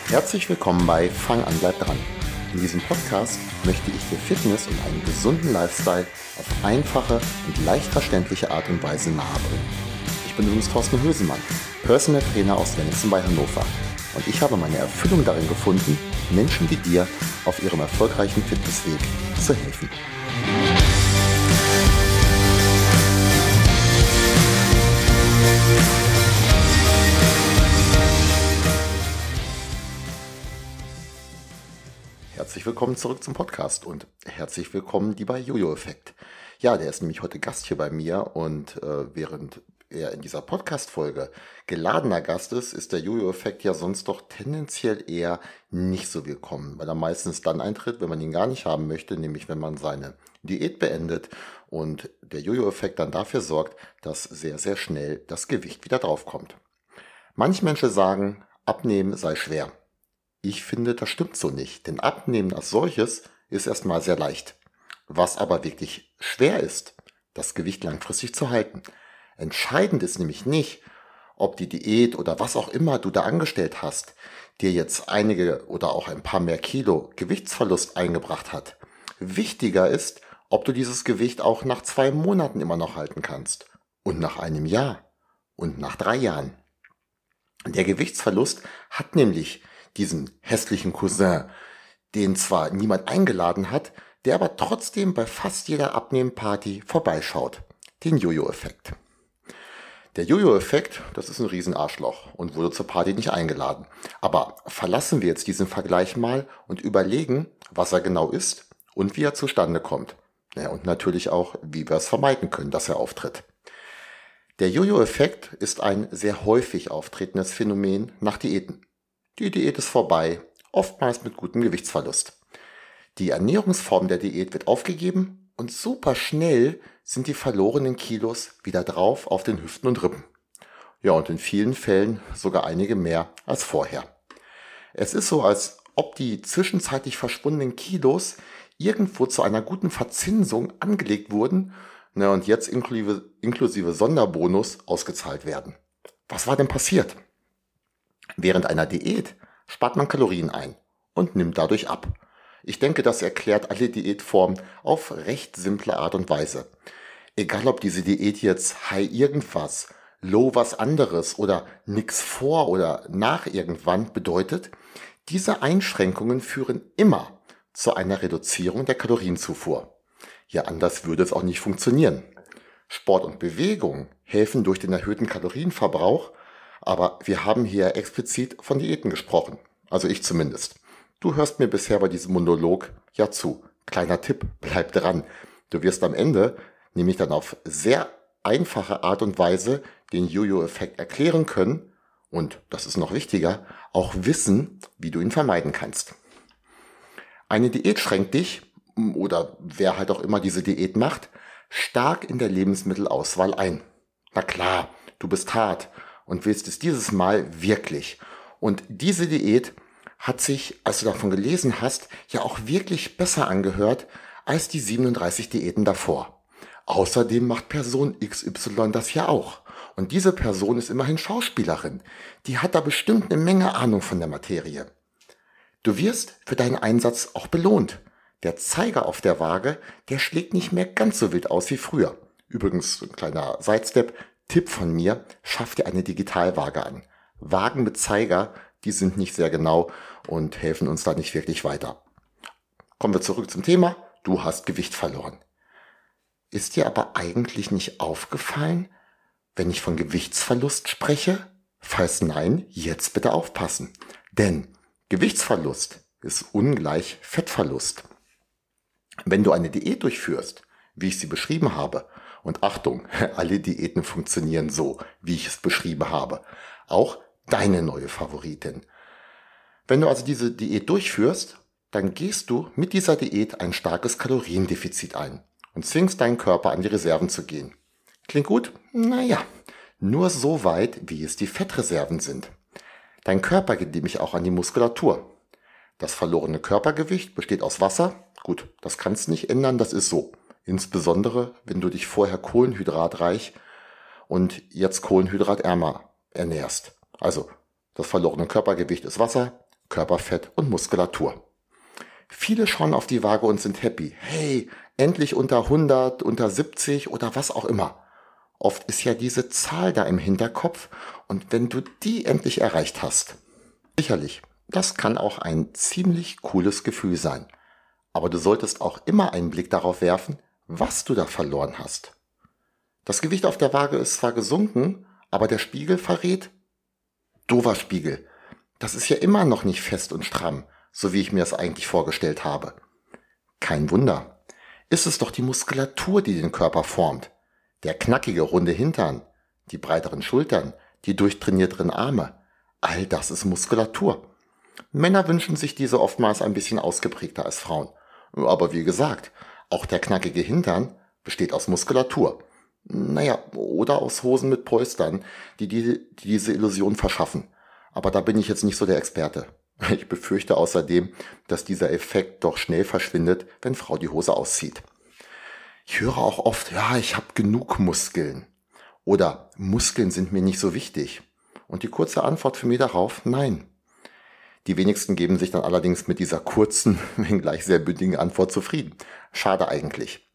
Herzlich willkommen bei Fang an, bleib dran. In diesem Podcast möchte ich dir Fitness und einen gesunden Lifestyle auf einfache und leicht verständliche Art und Weise nahebringen. Ich bin übrigens Thorsten Hösemann, Personal Trainer aus Wenningsen bei Hannover. Und ich habe meine Erfüllung darin gefunden, Menschen wie dir auf ihrem erfolgreichen Fitnessweg zu helfen. Herzlich willkommen zurück zum Podcast und herzlich willkommen, lieber Jojo-Effekt. Ja, der ist nämlich heute Gast hier bei mir und während er in dieser Podcast-Folge geladener Gast ist der Jojo-Effekt ja sonst doch tendenziell eher nicht so willkommen, weil er meistens dann eintritt, wenn man ihn gar nicht haben möchte, nämlich wenn man seine Diät beendet und der Jojo-Effekt dann dafür sorgt, dass sehr, sehr schnell das Gewicht wieder draufkommt. Manche Menschen sagen, Abnehmen sei schwer. Ich finde, das stimmt so nicht, denn Abnehmen als solches ist erstmal sehr leicht. Was aber wirklich schwer ist, das Gewicht langfristig zu halten. Entscheidend ist nämlich nicht, ob die Diät oder was auch immer du da angestellt hast, dir jetzt einige oder auch ein paar mehr Kilo Gewichtsverlust eingebracht hat. Wichtiger ist, ob du dieses Gewicht auch nach 2 Monaten immer noch halten kannst und nach einem Jahr und nach 3 Jahren. Der Gewichtsverlust hat nämlich diesen hässlichen Cousin, den zwar niemand eingeladen hat, der aber trotzdem bei fast jeder Abnehmparty vorbeischaut. Den Jojo-Effekt. Der Jojo-Effekt, das ist ein Riesenarschloch und wurde zur Party nicht eingeladen. Aber verlassen wir jetzt diesen Vergleich mal und überlegen, was er genau ist und wie er zustande kommt. Ja, und natürlich auch, wie wir es vermeiden können, dass er auftritt. Der Jojo-Effekt ist ein sehr häufig auftretendes Phänomen nach Diäten. Die Diät ist vorbei, oftmals mit gutem Gewichtsverlust. Die Ernährungsform der Diät wird aufgegeben und super schnell sind die verlorenen Kilos wieder drauf auf den Hüften und Rippen. Ja, und in vielen Fällen sogar einige mehr als vorher. Es ist so, als ob die zwischenzeitlich verschwundenen Kilos irgendwo zu einer guten Verzinsung angelegt wurden, und jetzt inklusive Sonderbonus ausgezahlt werden. Was war denn passiert? Während einer Diät spart man Kalorien ein und nimmt dadurch ab. Ich denke, das erklärt alle Diätformen auf recht simple Art und Weise. Egal ob diese Diät jetzt High irgendwas, Low was anderes oder nix vor oder nach irgendwann bedeutet, diese Einschränkungen führen immer zu einer Reduzierung der Kalorienzufuhr. Ja, anders würde es auch nicht funktionieren. Sport und Bewegung helfen durch den erhöhten Kalorienverbrauch, aber wir haben hier explizit von Diäten gesprochen. Also ich zumindest. Du hörst mir bisher bei diesem Monolog ja zu. Kleiner Tipp, bleib dran. Du wirst am Ende nämlich dann auf sehr einfache Art und Weise den Jojo-Effekt erklären können und, das ist noch wichtiger, auch wissen, wie du ihn vermeiden kannst. Eine Diät schränkt dich, oder wer halt auch immer diese Diät macht, stark in der Lebensmittelauswahl ein. Na klar, du bist hart und willst es dieses Mal wirklich. Und diese Diät hat sich, als du davon gelesen hast, ja auch wirklich besser angehört als die 37 Diäten davor. Außerdem macht Person XY das ja auch. Und diese Person ist immerhin Schauspielerin. Die hat da bestimmt eine Menge Ahnung von der Materie. Du wirst für deinen Einsatz auch belohnt. Der Zeiger auf der Waage, der schlägt nicht mehr ganz so wild aus wie früher. Übrigens, ein kleiner Sidestep, Tipp von mir, schaff dir eine Digitalwaage an. Wagen mit Zeiger, die sind nicht sehr genau und helfen uns da nicht wirklich weiter. Kommen wir zurück zum Thema. Du hast Gewicht verloren. Ist dir aber eigentlich nicht aufgefallen, wenn ich von Gewichtsverlust spreche? Falls nein, jetzt bitte aufpassen. Denn Gewichtsverlust ist ungleich Fettverlust. Wenn du eine Diät durchführst, wie ich sie beschrieben habe, und Achtung, alle Diäten funktionieren so, wie ich es beschrieben habe, auch deine neue Favoritin. Wenn du also diese Diät durchführst, dann gehst du mit dieser Diät ein starkes Kaloriendefizit ein und zwingst deinen Körper an die Reserven zu gehen. Klingt gut? Naja, nur so weit, wie es die Fettreserven sind. Dein Körper geht nämlich auch an die Muskulatur. Das verlorene Körpergewicht besteht aus Wasser. Gut, das kannst du nicht ändern, das ist so. Insbesondere, wenn du dich vorher kohlenhydratreich und jetzt kohlenhydratärmer ernährst. Also, das verlorene Körpergewicht ist Wasser, Körperfett und Muskulatur. Viele schauen auf die Waage und sind happy. Hey, endlich unter 100, unter 70 oder was auch immer. Oft ist ja diese Zahl da im Hinterkopf und wenn du die endlich erreicht hast, sicherlich, das kann auch ein ziemlich cooles Gefühl sein. Aber du solltest auch immer einen Blick darauf werfen, was du da verloren hast. Das Gewicht auf der Waage ist zwar gesunken, aber der Spiegel verrät, doofer Spiegel. Das ist ja immer noch nicht fest und stramm, so wie ich mir es eigentlich vorgestellt habe. Kein Wunder. Ist es doch die Muskulatur, die den Körper formt. Der knackige, runde Hintern, die breiteren Schultern, die durchtrainierteren Arme. All das ist Muskulatur. Männer wünschen sich diese oftmals ein bisschen ausgeprägter als Frauen. Aber wie gesagt, auch der knackige Hintern besteht aus Muskulatur. Naja, oder aus Hosen mit Polstern, die diese Illusion verschaffen. Aber da bin ich jetzt nicht so der Experte. Ich befürchte außerdem, dass dieser Effekt doch schnell verschwindet, wenn Frau die Hose auszieht. Ich höre auch oft, ja, ich habe genug Muskeln. Oder Muskeln sind mir nicht so wichtig. Und die kurze Antwort für mich darauf, nein. Die wenigsten geben sich dann allerdings mit dieser kurzen, wenngleich sehr bündigen Antwort zufrieden. Schade eigentlich.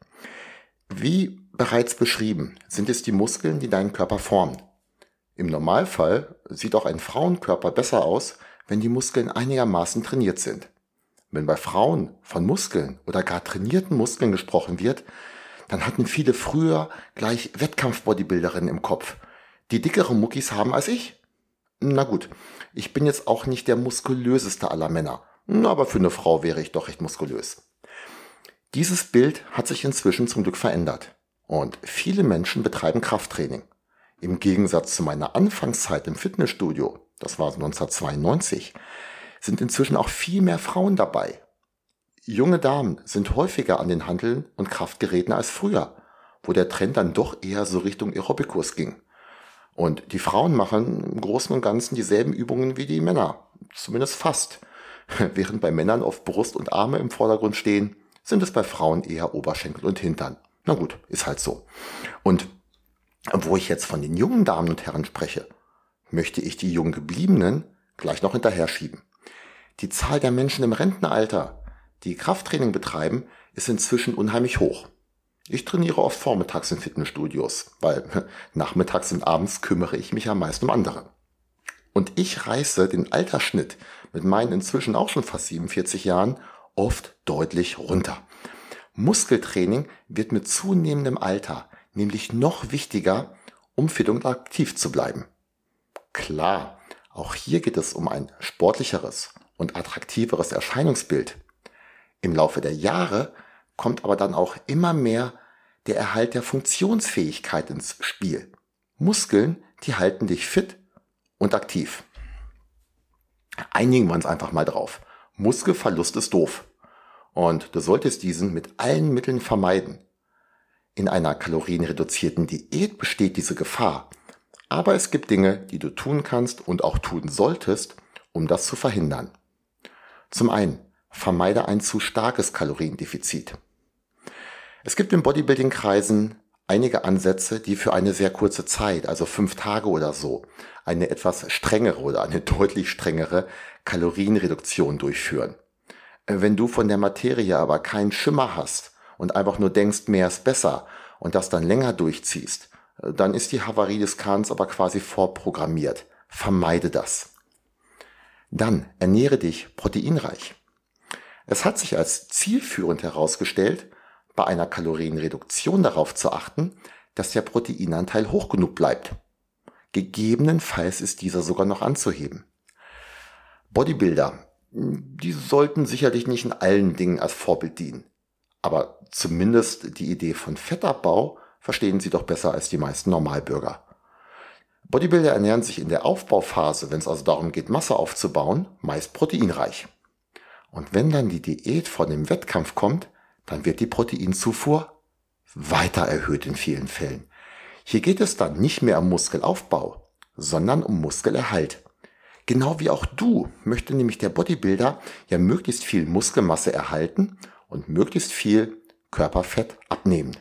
Wie bereits beschrieben, sind es die Muskeln, die deinen Körper formen. Im Normalfall sieht auch ein Frauenkörper besser aus, wenn die Muskeln einigermaßen trainiert sind. Wenn bei Frauen von Muskeln oder gar trainierten Muskeln gesprochen wird, dann hatten viele früher gleich Wettkampf-Bodybuilderinnen im Kopf, die dickere Muckis haben als ich. Na gut, ich bin jetzt auch nicht der muskulöseste aller Männer, aber für eine Frau wäre ich doch recht muskulös. Dieses Bild hat sich inzwischen zum Glück verändert und viele Menschen betreiben Krafttraining. Im Gegensatz zu meiner Anfangszeit im Fitnessstudio, das war 1992, sind inzwischen auch viel mehr Frauen dabei. Junge Damen sind häufiger an den Hanteln und Kraftgeräten als früher, wo der Trend dann doch eher so Richtung Aerobikus ging. Und die Frauen machen im Großen und Ganzen dieselben Übungen wie die Männer, zumindest fast. Während bei Männern oft Brust und Arme im Vordergrund stehen, sind es bei Frauen eher Oberschenkel und Hintern. Na gut, ist halt so. Und wo ich jetzt von den jungen Damen und Herren spreche, möchte ich die jung gebliebenen gleich noch hinterher schieben. Die Zahl der Menschen im Rentenalter, die Krafttraining betreiben, ist inzwischen unheimlich hoch. Ich trainiere oft vormittags in Fitnessstudios, weil nachmittags und abends kümmere ich mich am meisten um andere. Und ich reiße den Altersschnitt mit meinen inzwischen auch schon fast 47 Jahren oft deutlich runter. Muskeltraining wird mit zunehmendem Alter nämlich noch wichtiger, um fit und aktiv zu bleiben. Klar, auch hier geht es um ein sportlicheres und attraktiveres Erscheinungsbild. Im Laufe der Jahre kommt aber dann auch immer mehr der Erhalt der Funktionsfähigkeit ins Spiel. Muskeln, die halten dich fit und aktiv. Einigen wir uns einfach mal drauf. Muskelverlust ist doof. Und du solltest diesen mit allen Mitteln vermeiden. In einer kalorienreduzierten Diät besteht diese Gefahr. Aber es gibt Dinge, die du tun kannst und auch tun solltest, um das zu verhindern. Zum einen, vermeide ein zu starkes Kaloriendefizit. Es gibt in Bodybuilding-Kreisen einige Ansätze, die für eine sehr kurze Zeit, also 5 Tage oder so, eine etwas strengere oder eine deutlich strengere Kalorienreduktion durchführen. Wenn du von der Materie aber keinen Schimmer hast und einfach nur denkst, mehr ist besser und das dann länger durchziehst, dann ist die Havarie des Kahns aber quasi vorprogrammiert. Vermeide das. Dann ernähre dich proteinreich. Es hat sich als zielführend herausgestellt, bei einer Kalorienreduktion darauf zu achten, dass der Proteinanteil hoch genug bleibt. Gegebenenfalls ist dieser sogar noch anzuheben. Bodybuilder, die sollten sicherlich nicht in allen Dingen als Vorbild dienen. Aber zumindest die Idee von Fettabbau verstehen sie doch besser als die meisten Normalbürger. Bodybuilder ernähren sich in der Aufbauphase, wenn es also darum geht, Masse aufzubauen, meist proteinreich. Und wenn dann die Diät vor dem Wettkampf kommt, dann wird die Proteinzufuhr weiter erhöht in vielen Fällen. Hier geht es dann nicht mehr um Muskelaufbau, sondern um Muskelerhalt. Genau wie auch du möchte nämlich der Bodybuilder ja möglichst viel Muskelmasse erhalten und möglichst viel Körperfett abnehmen.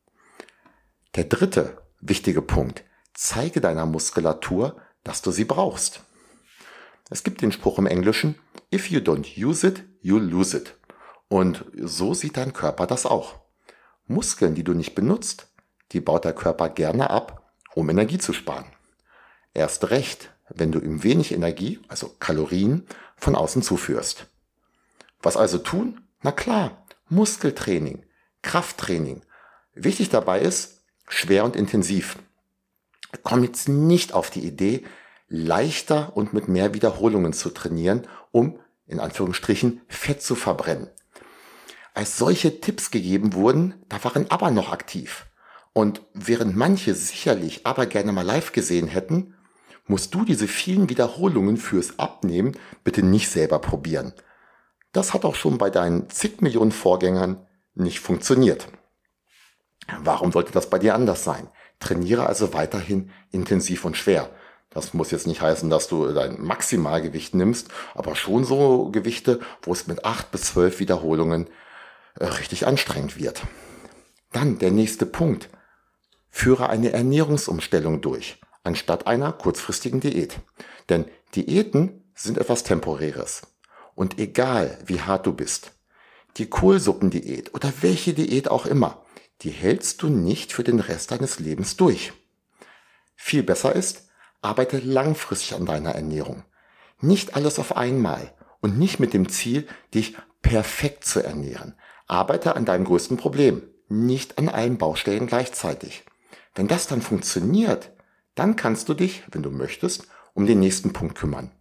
Der dritte wichtige Punkt: Zeige deiner Muskulatur, dass du sie brauchst. Es gibt den Spruch im Englischen: If you don't use it, you'll lose it. Und so sieht dein Körper das auch. Muskeln, die du nicht benutzt, die baut der Körper gerne ab, um Energie zu sparen. Erst recht, wenn du ihm wenig Energie, also Kalorien, von außen zuführst. Was also tun? Na klar, Muskeltraining, Krafttraining. Wichtig dabei ist, schwer und intensiv. Komm jetzt nicht auf die Idee, leichter und mit mehr Wiederholungen zu trainieren, um, in Anführungsstrichen, Fett zu verbrennen. Als solche Tipps gegeben wurden, da waren aber noch aktiv. Und während manche sicherlich aber gerne mal live gesehen hätten, musst du diese vielen Wiederholungen fürs Abnehmen bitte nicht selber probieren. Das hat auch schon bei deinen zig Millionen Vorgängern nicht funktioniert. Warum sollte das bei dir anders sein? Trainiere also weiterhin intensiv und schwer. Das muss jetzt nicht heißen, dass du dein Maximalgewicht nimmst, aber schon so Gewichte, wo es mit 8 bis 12 Wiederholungen richtig anstrengend wird. Dann der nächste Punkt. Führe eine Ernährungsumstellung durch, anstatt einer kurzfristigen Diät. Denn Diäten sind etwas Temporäres. Und egal wie hart du bist, die Kohlsuppendiät oder welche Diät auch immer, die hältst du nicht für den Rest deines Lebens durch. Viel besser ist, arbeite langfristig an deiner Ernährung. Nicht alles auf einmal und nicht mit dem Ziel, dich perfekt zu ernähren. Arbeite an deinem größten Problem, nicht an allen Baustellen gleichzeitig. Wenn das dann funktioniert, dann kannst du dich, wenn du möchtest, um den nächsten Punkt kümmern.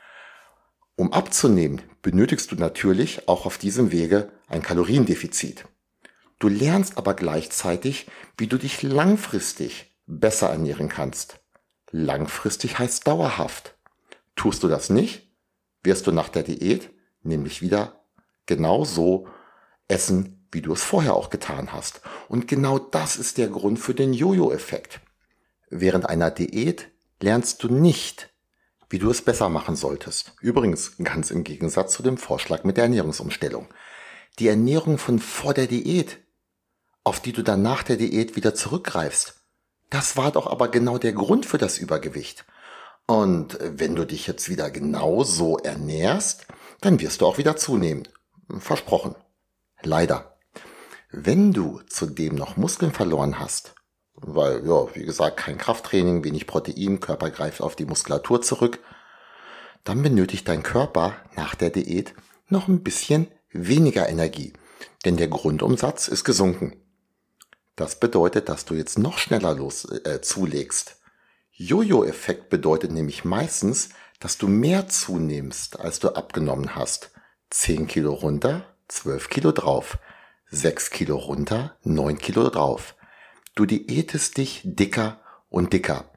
Um abzunehmen, benötigst du natürlich auch auf diesem Wege ein Kaloriendefizit. Du lernst aber gleichzeitig, wie du dich langfristig besser ernähren kannst. Langfristig heißt dauerhaft. Tust du das nicht, wirst du nach der Diät nämlich wieder genau so essen, wie du es vorher auch getan hast. Und genau das ist der Grund für den Jojo-Effekt. Während einer Diät lernst du nicht, wie du es besser machen solltest. Übrigens ganz im Gegensatz zu dem Vorschlag mit der Ernährungsumstellung. Die Ernährung von vor der Diät, auf die du dann nach der Diät wieder zurückgreifst, das war doch aber genau der Grund für das Übergewicht. Und wenn du dich jetzt wieder genau so ernährst, dann wirst du auch wieder zunehmen. Versprochen. Leider. Wenn du zudem noch Muskeln verloren hast, weil, ja, wie gesagt, kein Krafttraining, wenig Protein, Körper greift auf die Muskulatur zurück, dann benötigt dein Körper nach der Diät noch ein bisschen weniger Energie, denn der Grundumsatz ist gesunken. Das bedeutet, dass du jetzt noch schneller zulegst. Jojo-Effekt bedeutet nämlich meistens, dass du mehr zunimmst, als du abgenommen hast. 10 Kilo runter, 12 Kilo drauf. 6 Kilo runter, 9 Kilo drauf. Du diätest dich dicker und dicker.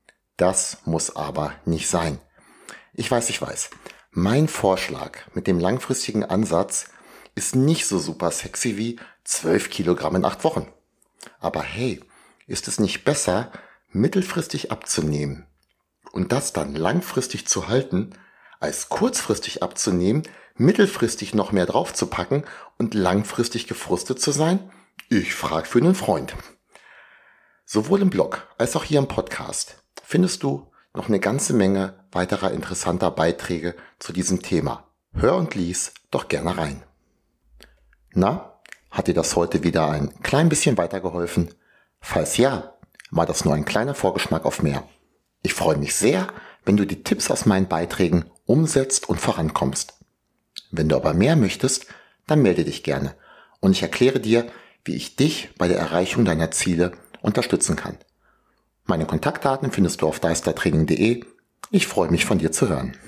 Das muss aber nicht sein. Ich weiß. Mein Vorschlag mit dem langfristigen Ansatz ist nicht so super sexy wie 12 Kilogramm in 8 Wochen. Aber hey, ist es nicht besser, mittelfristig abzunehmen und das dann langfristig zu halten, als kurzfristig abzunehmen, mittelfristig noch mehr draufzupacken und langfristig gefrustet zu sein? Ich frage für einen Freund. Sowohl im Blog als auch hier im Podcast findest du noch eine ganze Menge weiterer interessanter Beiträge zu diesem Thema. Hör und lies doch gerne rein. Na, hat dir das heute wieder ein klein bisschen weitergeholfen? Falls ja, war das nur ein kleiner Vorgeschmack auf mehr. Ich freue mich sehr, wenn du die Tipps aus meinen Beiträgen umsetzt und vorankommst. Wenn du aber mehr möchtest, dann melde dich gerne und ich erkläre dir, wie ich dich bei der Erreichung deiner Ziele unterstützen kann. Meine Kontaktdaten findest du auf deistertraining.de. Ich freue mich, von dir zu hören.